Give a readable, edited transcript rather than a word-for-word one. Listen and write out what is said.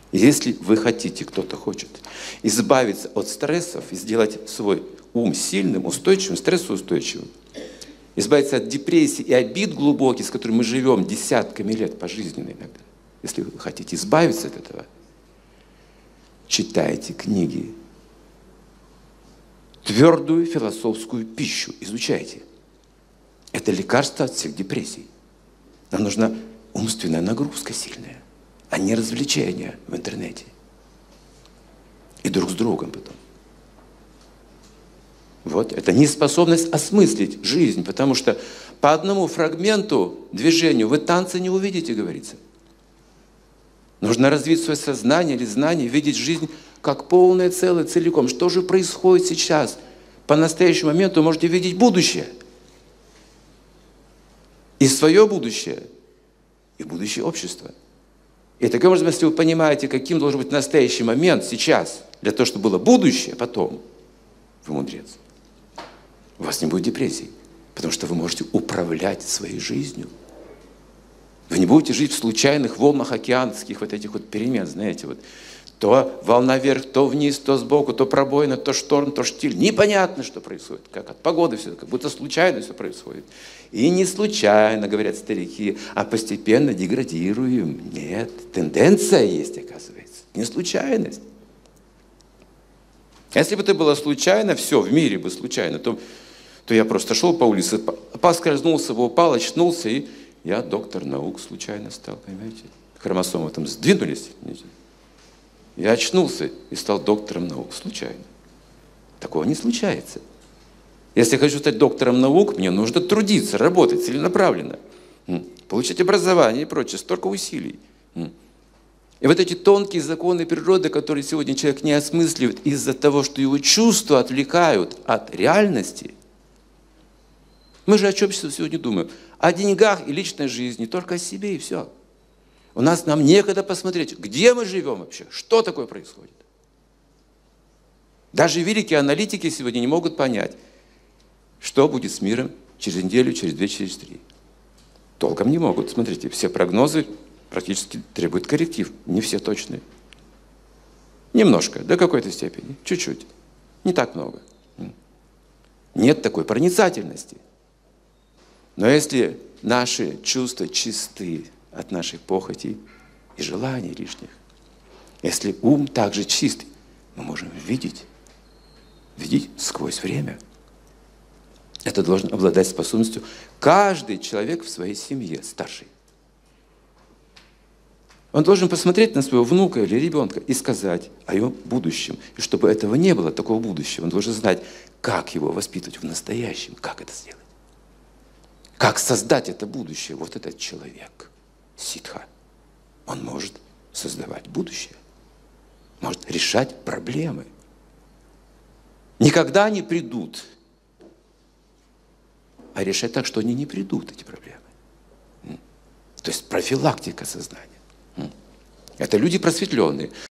Если вы хотите, кто-то хочет, избавиться от стрессов и сделать свой ум сильным, устойчивым, стрессоустойчивым, избавиться от депрессии и обид глубоких, с которыми мы живем десятками лет пожизненно иногда. Если вы хотите избавиться от этого, читайте книги, твердую философскую пищу изучайте. Это лекарство от всех депрессий. Нам нужна умственная нагрузка сильная, а не развлечения в интернете. И друг с другом потом. Вот, это неспособность осмыслить жизнь, потому что по одному фрагменту, движению вы танцы не увидите, говорится. Нужно развить свое сознание или знание, видеть жизнь как полное целое, целиком. Что же происходит сейчас? По настоящему моменту вы можете видеть будущее. И свое будущее, и будущее общества. И таким образом, если вы понимаете, каким должен быть настоящий момент сейчас, для того, чтобы было будущее потом, вы мудрец. У вас не будет депрессий, потому что вы можете управлять своей жизнью. Вы не будете жить в случайных волнах океанских вот этих вот перемен, знаете, вот. То волна вверх, то вниз, то сбоку, то пробоина, то шторм, то штиль. Непонятно, что происходит. Как от погоды все, как будто случайно все происходит. И не случайно, говорят старики, а постепенно деградируем. Нет, тенденция есть, оказывается. Не случайность. Если бы это было случайно, все в мире бы случайно, то я просто шел по улице, поскользнулся, упал, очнулся, и я доктор наук случайно стал, понимаете? Хромосомы там сдвинулись. Я очнулся и стал доктором наук. Случайно. Такого не случается. Если я хочу стать доктором наук, мне нужно трудиться, работать целенаправленно, получать образование и прочее, столько усилий. И вот эти тонкие законы природы, которые сегодня человек не осмысливает из-за того, что его чувства отвлекают от реальности. Мы же о чем сегодня думаем? О деньгах и личной жизни, только о себе и все. Нам некогда посмотреть, где мы живем вообще, что такое происходит. Даже великие аналитики сегодня не могут понять, что будет с миром через неделю, через 2, через 3. Толком не могут. Смотрите, все прогнозы практически требуют корректив. Не все точные. Немножко, до какой-то степени. Чуть-чуть. Не так много. Нет такой проницательности. Но если наши чувства чисты от наших похотей и желаний лишних, если ум также чист, мы можем видеть сквозь время. Это должен обладать способностью каждый человек в своей семье, старший. Он должен посмотреть на своего внука или ребенка и сказать о его будущем. И чтобы этого не было, такого будущего, он должен знать, как его воспитывать в настоящем, как это сделать. Как создать это будущее. Вот этот человек, ситха, он может создавать будущее, может решать проблемы. Никогда они придут, а решать так, что они не придут, эти проблемы. То есть профилактика сознания. Это люди просветленные.